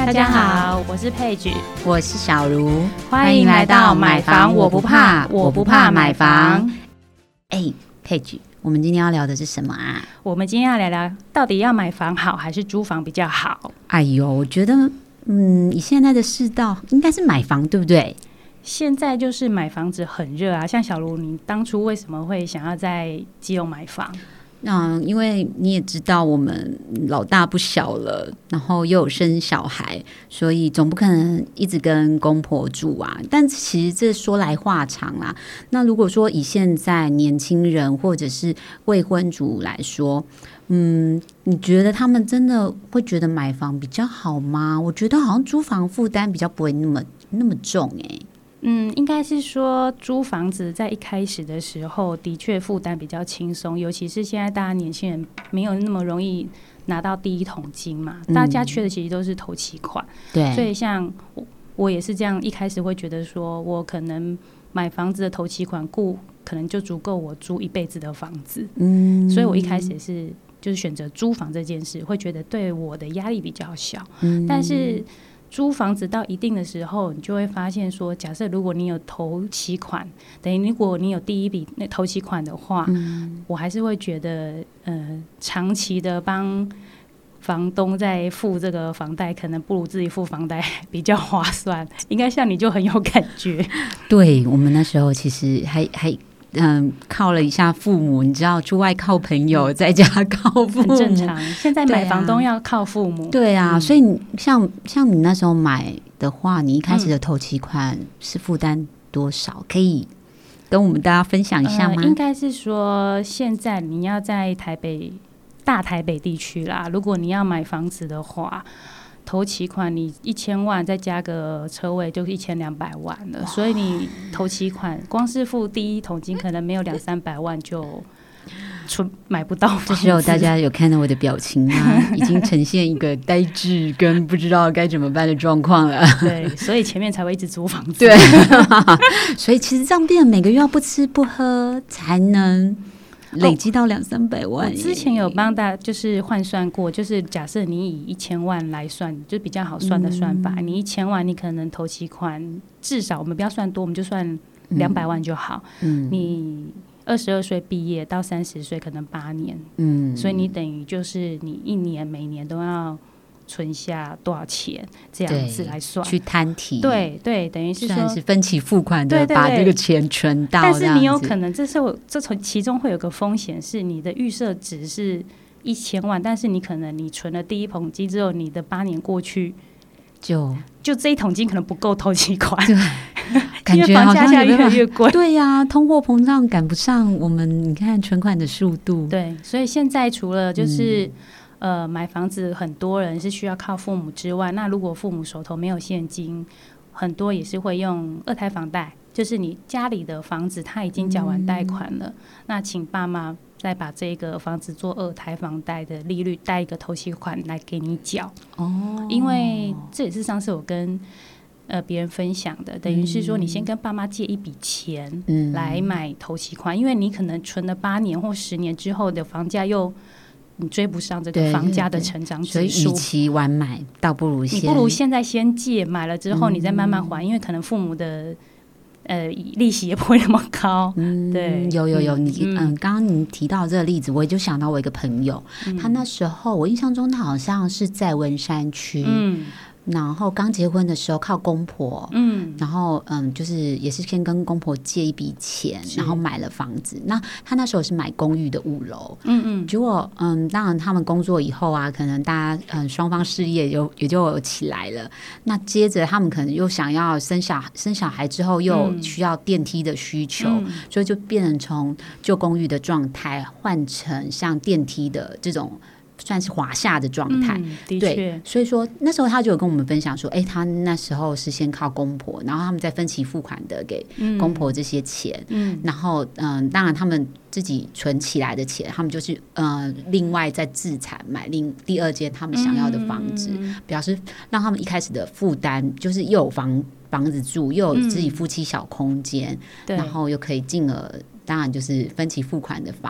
大家好，我是佩菊， 我是小茹， 欢迎来到买房我不怕，我不怕买房。 佩菊，我们今天要聊的是什么啊？ 我们今天要聊聊到底要买房好还是租房比较好。 哎呦，我觉得以现在的世道应该是买房，对不对？ 现在就是买房子很热啊，像小茹，你当初为什么会想要在基隆买房？ 因为你也知道我们老大不小了，然后又有生小孩，所以总不可能一直跟公婆住啊。但其实这说来话长啦。那如果说以现在年轻人或者是未婚族来说，你觉得他们真的会觉得买房比较好吗？我觉得好像租房负担比较不会那么重应该是说租房子在一开始的时候的确负担比较轻松，尤其是现在大家年轻人没有那么容易拿到第一桶金嘛，大家缺的其实都是头期款。 对， 所以像我也是这样，一开始会觉得说我可能买房子的头期款可能就足够我租一辈子的房子。所以我一开始就是选择租房这件事，会觉得对我的压力比较小。但是租房子到一定的时候，你就会发现说，假设如果你有头期款，等于如果你有第一笔那头期款的话，我还是会觉得，长期的帮房东在付这个房贷，可能不如自己付房贷比较划算。应该像你就很有感觉。 对，我们那时候其实还靠了一下父母，你知道，出外靠朋友，在家靠父母， 很正常。现在买房东要靠父母。 对啊，所以像你那时候买的话，你一开始的头期款是负担多少？可以跟我们大家分享一下吗？ 应该是说，现在你要在大台北地区啦，如果你要买房子的话，头期款你1000万再加个车位就1200万了，所以你头期款光是付第一桶金可能没有200-300万就买不到房子。 这时候大家有看到我的表情吗？已经呈现一个呆滞跟不知道该怎么办的状况了。 对，所以前面才会一直租房子。 对，所以其实这样变，每个月要不吃不喝才能累积到200-300万。 我之前有帮大家就是换算过，就是假设你以1000万来算，就比较好算的算法。你1000万，你可能头期款至少我们不要算多，我们就算200万就好。你22岁毕业到30岁，可能8年。所以你等于就是你一年每年都要存下多少钱，这样子来算去摊提。 对，等于是说算是分期付款的，把这个钱存到。 但是你有可能这其中会有个风险，是你的预设值是1000万，但是你可能你存了第一桶金之后，你的8年过去，就这一桶金可能不够头期款。对， 感觉因为房价现在越来越贵。 对呀，通货膨胀赶不上我们你看存款的速度。 对，所以现在除了就是买房子很多人是需要靠父母之外，那如果父母手头没有现金，很多也是会用二胎房贷，就是你家里的房子他已经缴完贷款了，那请爸妈再把这个房子做二胎房贷的利率贷一个头期款来给你缴。因为这也是上次我跟别人分享的，等于是说你先跟爸妈借一笔钱来买头期款，因为你可能存了8年或10年之后的房价你追不上这个房价的成长指数， 所以与其晚买，倒不如你不如现在先借，买了之后你再慢慢还，因为可能父母的利息也不会那么高。对， 有你刚刚你提到这个例子，我也就想到我一个朋友，他那时候我印象中他好像是在文山区。然后刚结婚的时候靠公婆，然后就是也是先跟公婆借一笔钱，然后买了房子。那他那时候是买公寓的5楼，结果当然他们工作以后啊，可能大家双方事业也就起来了。那接着他们可能又想要生小孩之后，又需要电梯的需求，所以就变成从旧公寓的状态换成像电梯的这种。算是华夏的状态。 的确。对， 所以说那时候他就有跟我们分享说，他那时候是先靠公婆，然后他们再分期付款的给公婆这些钱，然后当然他们自己存起来的钱，他们就是另外再自产买第二间他们想要的房子，表示让他们一开始的负担就是又有房子住，又有自己夫妻小空间，然后又可以进而当然就是分期付款的房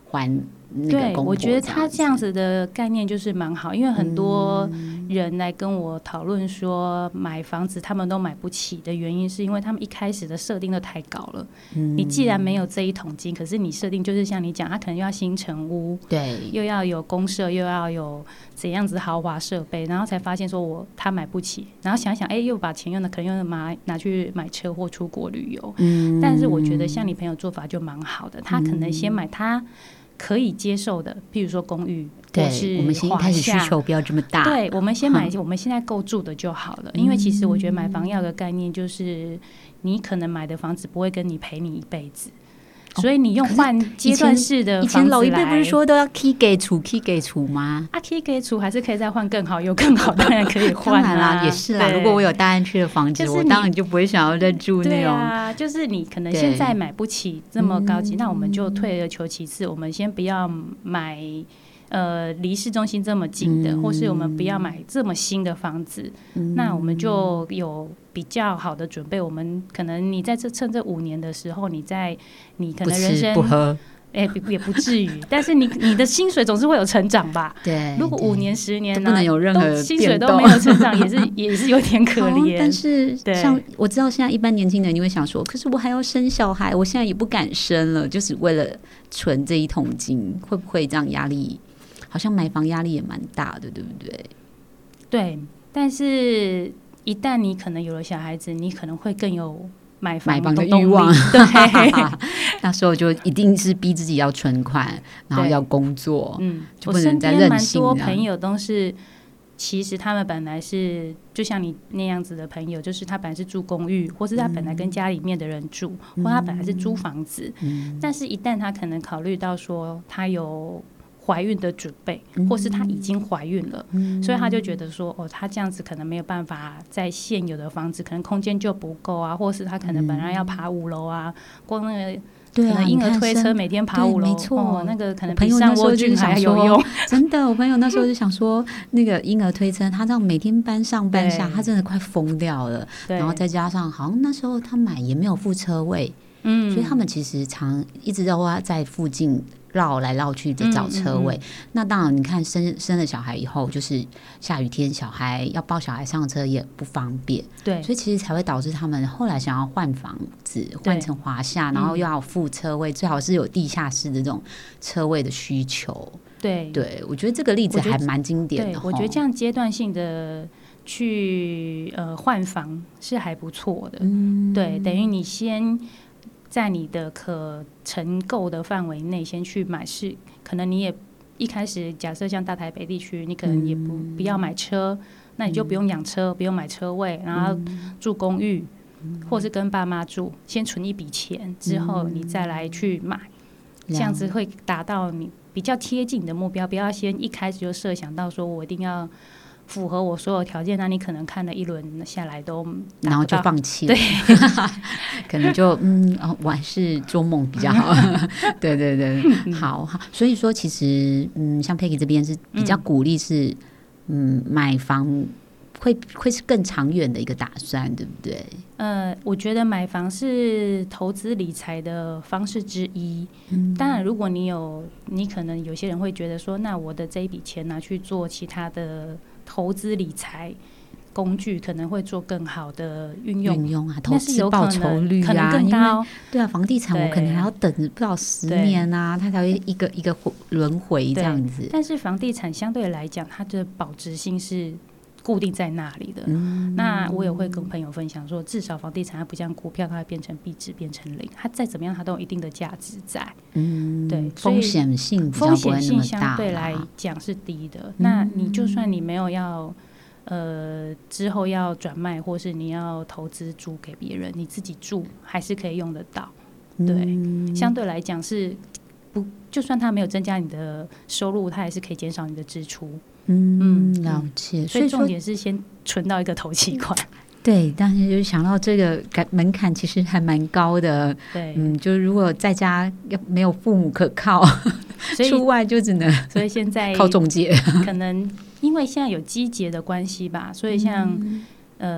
还那个公婆。 对，我觉得他这样子的概念就是蛮好，因为很多人来跟我讨论说买房子他们都买不起的原因，是因为他们一开始的设定都太高了。你既然没有这一桶金，可是你设定就是像你讲，他可能又要新成屋， 对， 又要有公设，又要有怎样子豪华设备，然后才发现说他买不起，然后想想又把钱可能又拿去买车或出国旅游。但是我觉得像你朋友做法就蛮好的，他可能先买他可以接受的，譬如说公寓， 对， 是我们先一开始需求不要这么大， 对，我们先买我们现在够住的就好了。因为其实我觉得买房要有个概念，就是你可能买的房子不会跟你陪你一辈子。所以你用换阶段式的房子来，以前老一辈不是说都要 key 给储吗 ？key 给储还是可以再换更好，有更好当然可以换当然啦，也是啦。如果我有大安区的房子，我当然就不会想要再住那种。对啊，就是你可能现在买不起这么高级，那我们就退而求其次，我们先不要买离市中心这么近的，或是我们不要买这么新的房子，那我们就有比较好的准备。我们可能你在趁这5年的时候，你可能人生不喝也不至于，但是你的薪水总是会有成长吧？ 对， 如果5年10年不能有任何薪水都没有成长，也是有点可怜。 但是像我知道现在一般年轻人你会想说，可是我还要生小孩，我现在也不敢生了，就是为了存这一桶金，会不会这样压力？好像买房压力也蛮大的，对不对？ 对，但是一旦你可能有了小孩子，你可能会更有买房的欲望。对， 那时候就一定是逼自己要存款，然后要工作，就不能再任性。 我身边蛮多朋友都是，其实他们本来是就像你那样子的朋友，就是他本来是住公寓，或是他本来跟家里面的人住，或他本来是租房子，但是一旦他可能考虑到说他有怀孕的准备，或是她已经怀孕了，所以她就觉得说她这样子可能没有办法在现有的房子，可能空间就不够啊，或是她可能本来要爬5楼啊，光那个可能婴儿推车每天爬5楼，没错，那个可能比上蜗居还有用。 真的，我朋友那时候就想说，那个婴儿推车，他这样每天搬上搬下，他真的快疯掉了。然后再加上好像那时候他买也没有附车位，所以他们其实一直都要在附近绕来绕去的找车位。那当然你看生了小孩以后，就是下雨天小孩要抱小孩上车也不方便， 对， 所以其实才会导致他们后来想要换房子，换成华夏，然后又要附车位，最好是有地下室的这种车位的需求。 对， 我觉得这个例子还蛮经典的。 我觉得这样阶段性的去换房是还不错的。对，等于你先在你的可承购的范围内先去买，是可能你也一开始假设像大台北地区，你可能也不要买车，那你就不用养车，不用买车位，然后住公寓，或是跟爸妈住，先存一笔钱之后你再来去买，这样子会达到你比较贴近你的目标。不要先一开始就设想到说我一定要符合我所有条件，那你可能看了一轮下来都然后就放弃了，对，可能就我还是做梦比较好。对，好，所以说其实像 Peggy 这边是比较鼓励是买房会是更长远的一个打算，对不对？ 我觉得买房是投资理财的方式之一。当然如果你可能有些人会觉得说，那我的这一笔钱拿去做其他的投资理财工具，可能会做更好的运用啊， 投资报酬率可能更高。 对啊，房地产我可能还要等不知道10年啊，它才会一个一个轮回这样子。 但是房地产相对来讲，它的保值性是固定在那里的。那我也会跟朋友分享说，至少房地产它不像股票，它会变成币值变成0，它再怎么样它都有一定的价值在。对， 风险性比较不会那么大， 相对来讲是低的。那你就算你没有要之后要转卖，或是你要投资租给别人，你自己住还是可以用得到。对，相对来讲是不，就算它没有增加你的收入，它还是可以减少你的支出。 了解。 所以重点是先存到一个头期款。 对，但是就想到这个门槛其实还蛮高的。 对， 就如果在家没有父母可靠，出外就只能所以现在靠中介。 可能因为现在有机捷的关系吧，所以像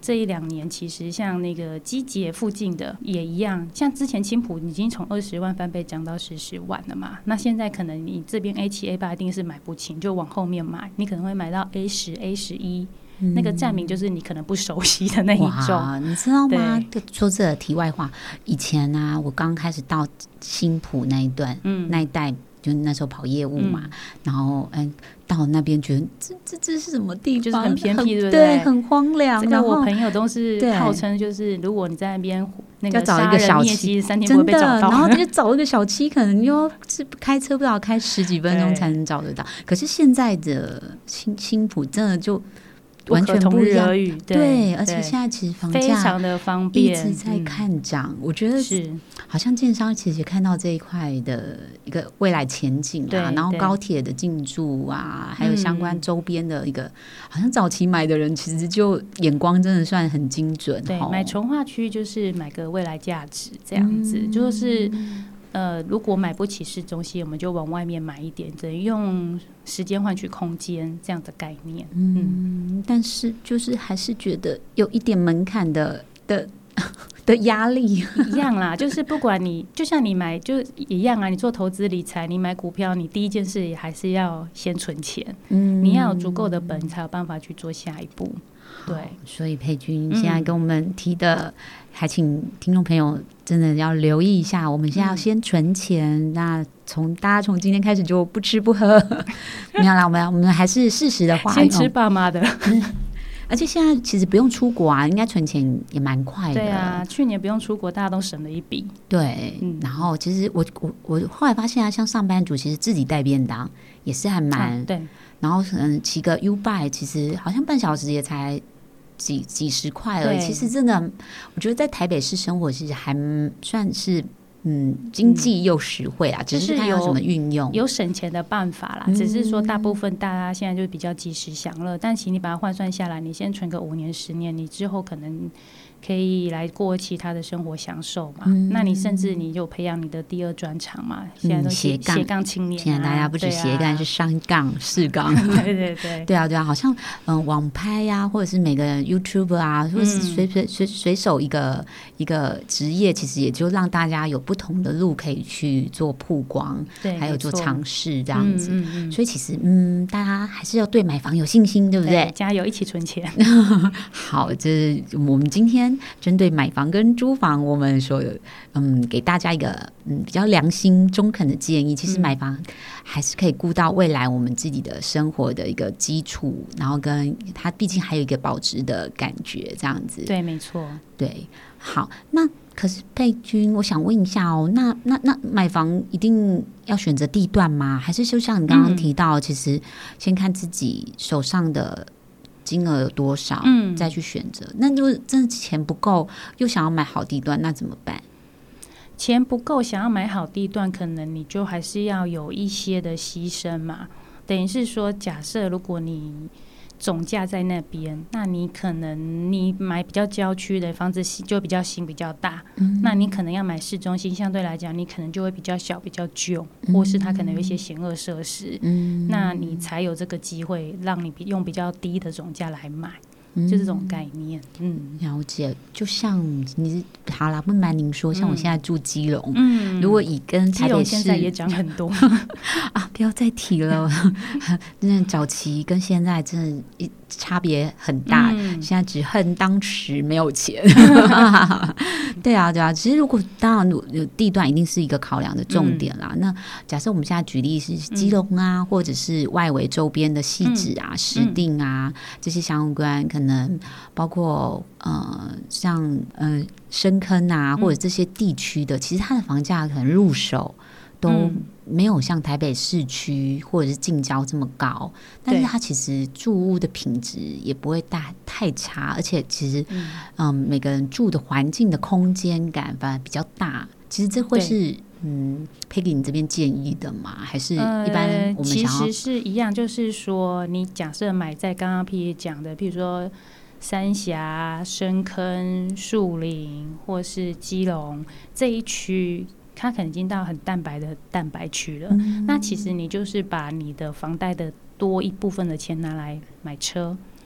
这1-2年，其实像那个基捷附近的也一样，像之前青埔已经从20万翻倍涨到40万了嘛，那现在可能你这边 A7、A8 一定是买不起，就往后面买，你可能会买到 A10、A11。那个站名就是你可能不熟悉的那一种， 你知道吗？说这个题外话，以前啊，我刚开始到新埔那一段，那一带，就那时候跑业务嘛，然后到那边觉得这是什么地方？ 就是很偏僻，对不对？很荒凉。 这个我朋友都是号称，就是如果你在那边那个找一个小七 ，3天不会被找到， 然后就找一个小七，可能又是开车不知道开10几分钟才能找得到。可是现在的新埔真的就完全不一样，对，而且现在其实房价非常的方便， 一直在看涨。我觉得是好像建商其实看到这一块的一个未来前景啊，然后高铁的进驻啊，还有相关周边的一个，好像早期买的人其实就眼光真的算很精准。 对，买重划区就是买个未来价值这样子，就是如果买不起市中心，我们就往外面买一点，等于用时间换取空间这样的概念。 但是就是还是觉得有一点门槛的压力一样啦，就是不管你就像你买就一样啊，你做投资理财，你买股票，你第一件事也还是要先存钱，你要有足够的本，才有办法去做下一步。对， 所以佩君现在跟我们提的，还请听众朋友真的要留意一下，我们现在要先存钱，那大家从今天开始就不吃不喝，没有啦，我们还是适时的花， 先吃爸妈的。 而且现在其实不用出国啊，应该存钱也蛮快的。 对啊，去年不用出国，大家都省了一笔。 对，然后其实我后来发现啊，像上班族其实自己带便当也是还蛮对。 然后骑个 U-Bike 其实好像半小时也才几十块而已。其实真的，我觉得在台北市生活其实还算是经济又实惠啦，只是看有什么运用， 有省钱的办法啦。只是说大部分大家现在就比较及时享乐，但其实你把它换算下来，你先存个5年10年，你之后可能可以来过其他的生活享受嘛。那你甚至你就培养你的第2专长嘛。现在都斜杠青年， 现在大家不止斜杠，是3杠4杠。 对对对， 对啊对啊，好像网拍啊，或者是每个人 YouTuber 啊，或者是随手一个职业，其实也就让大家有不同的路可以去做曝光，还有做尝试这样子。所以其实大家还是要对买房有信心，对不对？ 加油，一起存钱。 好，这是我们今天针对买房跟租房，我们说给大家一个比较良心中肯的建议。其实买房还是可以顾到未来我们自己的生活的一个基础，然后跟它毕竟还有一个保值的感觉，这样子。 对，没错。 对，好，那可是佩君，我想问一下哦，那买房一定要选择地段吗？还是就像你刚刚提到，其实先看自己手上的金额有多少，再去选择。那如果真的钱不够，又想要买好地段，那怎么办？ 钱不够，想要买好地段，可能你就还是要有一些的牺牲嘛。等于是说，假设如果你总价在那边，那你可能你买比较郊区的房子就比较新比较大，那你可能要买市中心，相对来讲你可能就会比较小比较旧，或是它可能有一些险恶设施，那你才有这个机会让你用比较低的总价来买，就这种概念。 了解。就像你好啦，不瞒您说，像我现在住基隆，如果以跟台北市， 基隆现在也涨很多啊，不要再提了。真的早期跟现在真的差别很大，现在只恨当时没有钱。对啊对啊，其实如果当然有地段一定是一个考量的重点啦。那假设我们现在举例是基隆啊，或者是外围周边的汐止啊、石碇啊这些相关，可能包括像深坑啊或者这些地区的，其实它的房价可能入手都没有像台北市区或者是近郊这么高，但是它其实住屋的品质也不会太差，而且其实每个人住的环境的空间感反而比较大。其实这会是Peggy 你这边建议的吗？还是一般我们想要？ 其实是一样，就是说你假设买在刚刚 Peggy 讲的，譬如说三峡、深坑、树林或是基隆这一区，它可能已经到很蛋白的蛋白区了，那其实你就是把你的房贷的多一部分的钱拿来买车，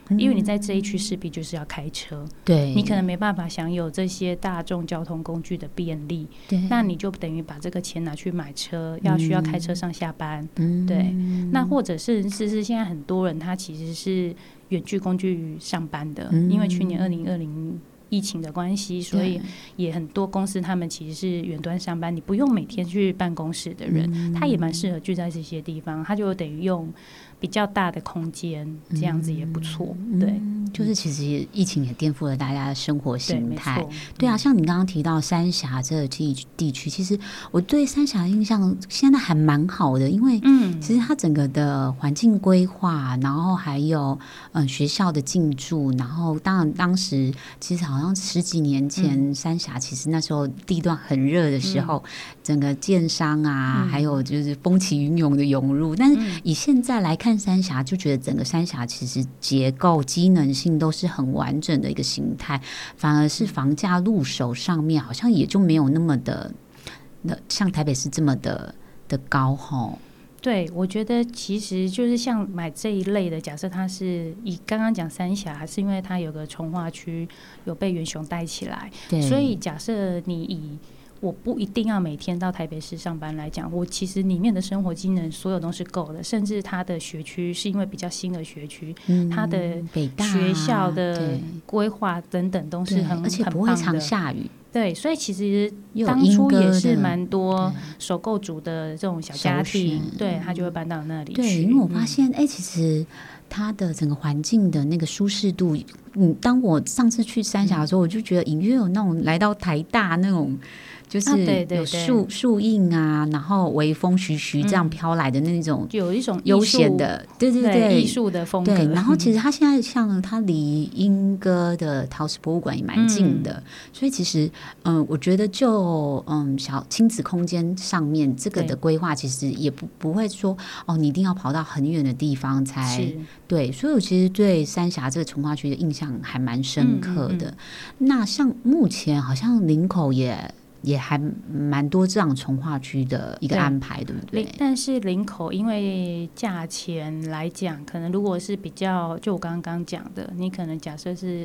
因为你在这一区势必就是要开车， 对， 你可能没办法享有这些大众交通工具的便利， 对， 那你就等于把这个钱拿去买车，需要开车上下班，对，那或者是现在很多人他其实是远距工具上班的，因为去年2020疫情的关系，所以也很多公司他们其实是远端上班，你不用每天去办公室的人，他也蛮适合聚在这些地方，他就等于用比较大的空间，这样子也不错，对。 就是其实疫情也颠覆了大家的生活形态，对啊，像你刚刚提到三峡这个地区，其实我对三峡的印象现在还蛮好的，因为其实它整个的环境规划，然后还有学校的进驻，然后当时其实好像10几年前，三峡其实那时候地段很热的时候，整个建商啊，还有就是风起云涌的涌入，但是以现在来看三峡，就觉得整个三峡其实结构机能性都是很完整的一个形态，反而是房价入手上面好像也就没有那么的像台北市这么的高吼。 对，我觉得其实就是像买这一类的，假设它是以刚刚讲三峡，还是因为它有个重划区有被远雄带起来，所以假设你以我不一定要每天到台北市上班来讲，我其实里面的生活机能所有都是够的，甚至它的学区是因为比较新的学区，它的学校的规划等等都是而且不会常下雨。 对，所以其实当初也是蛮多首购族的这种小家庭，对，他就会搬到那里去。 对，因为我发现，其实它的整个环境的那个舒适度，当我上次去三峡的时候，我就觉得隐约有那种来到台大那种。就是有树荫啊，然后微风徐徐这样飘来的那种， 有一种悠闲的，对艺术的风格。 对，然后其实它现在像它离莺歌的陶瓷博物馆也蛮近的，所以其实我觉得就小亲子空间上面这个的规划，其实也不会说你一定要跑到很远的地方才对。所以我其实对三峡这个重划区的印象还蛮深刻的。那像目前好像林口也还蛮多这样重划区的一个安排， 对不对？ 但是林口因为价钱来讲，可能如果是比较就我刚刚讲的，你可能假设是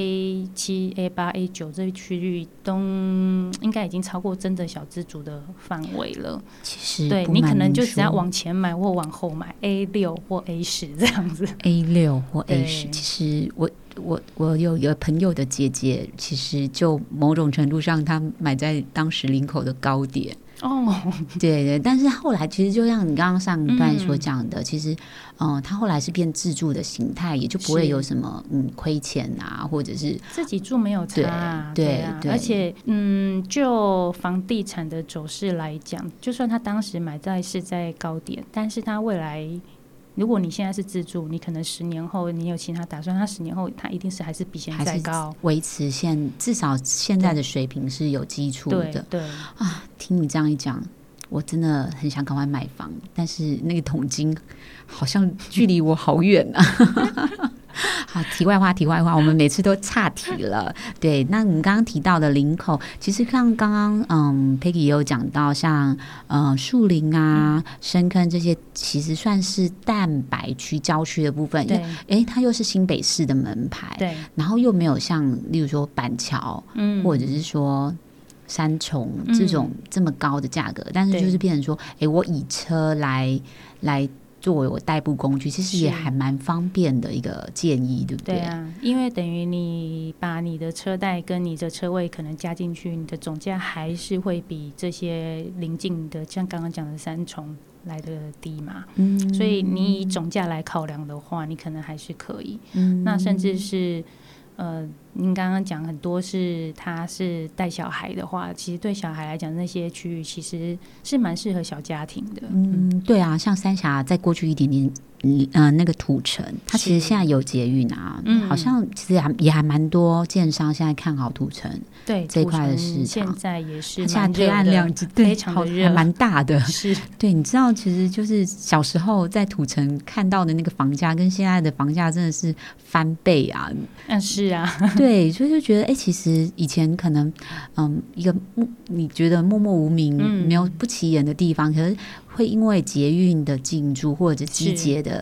A7、A8、A9 这区域都应该已经超过真的小资族的范围了。 其实对，你可能就只要往前买或往后买 A6 或 A10 这样子。 A6 或 A10， 其实我有一个朋友的姐姐，其实就某种程度上，她买在当时林口的高点。对，但是后来其实就像你刚刚上一段所讲的，其实他后来是变自住的形态，也就不会有什么亏钱啊，或者是自己住没有差，对，而且就房地产的走势来讲，就算他当时买在是在高点，但是他未来如果你现在是自住，你可能10年后你有其他打算，他10年后他一定是还是比现在高， 维持至少现在的水平是有基础的。 对啊，听你这样一讲，我真的很想赶快买房，但是那个统金好像距离我好远啊。好，题外话，我们每次都岔题了。对，那你刚刚提到的林口，其实像刚刚Peggy 也有讲到，像树林啊、深坑这些，其实算是蛋白区郊区的部分。对，它又是新北市的门牌，对，然后又没有像例如说板桥，或者是说三重这种这么高的价格，但是就是变成说，我以车来作为我代步工具，其实也还蛮方便的一个建议，对不对？ 对啊，因为等于你把你的车贷跟你的车位可能加进去，你的总价还是会比这些邻近的像刚刚讲的三重来的低嘛，所以你以总价来考量的话，你可能还是可以，那甚至是您刚刚讲很多是他是带小孩的话，其实对小孩来讲，那些区域其实是蛮适合小家庭的。 对啊，像三峡再过去一点点，那个土城，它其实现在有捷运啊，好像其实也还蛮多建商现在看好土城这一块的市场， 现在也是现在推案量非常的热， 还蛮大的。 是，对， 你知道，其实就是小时候在土城看到的那个房价，跟现在的房价真的是翻倍啊！ 是啊， 对，所以就觉得，其实以前可能，一个你觉得默默无名、没有不起眼的地方，可是会因为捷运的进驻或者机捷的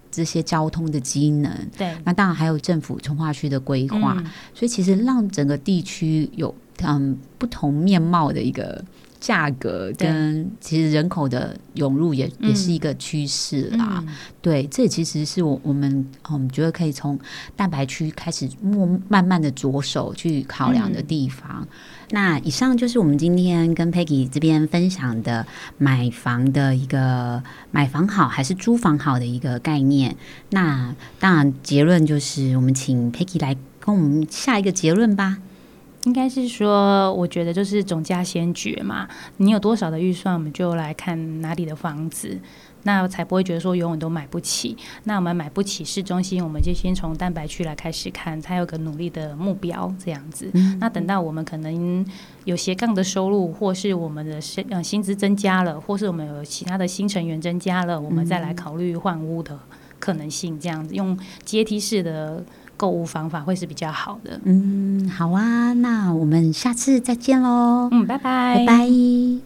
这些交通的机能， 对， 那当然还有政府重划区的规划，所以其实让整个地区有不同面貌的一个价格，跟其实人口的涌入也是一个趋势啦。对，这其实是我们觉得可以从蛋白区开始慢慢的着手去考量的地方。那以上就是我们今天跟 Peggy 这边分享的买房的一个买房好还是租房好的一个概念。那当然结论就是我们请 Peggy 来跟我们下一个结论吧。 应该是说，我觉得就是总价先决嘛，你有多少的预算，我们就来看哪里的房子，那才不会觉得说永远都买不起。那我们买不起市中心，我们就先从蛋白区来开始看，才有个努力的目标这样子。那等到我们可能有斜杠的收入，或是我们的薪资增加了，或是我们有其他的新成员增加了，我们再来考虑换屋的可能性，这样子用阶梯式的购物方法会是比较好的。 好啊，那我们下次再见咯。 拜拜， 拜拜。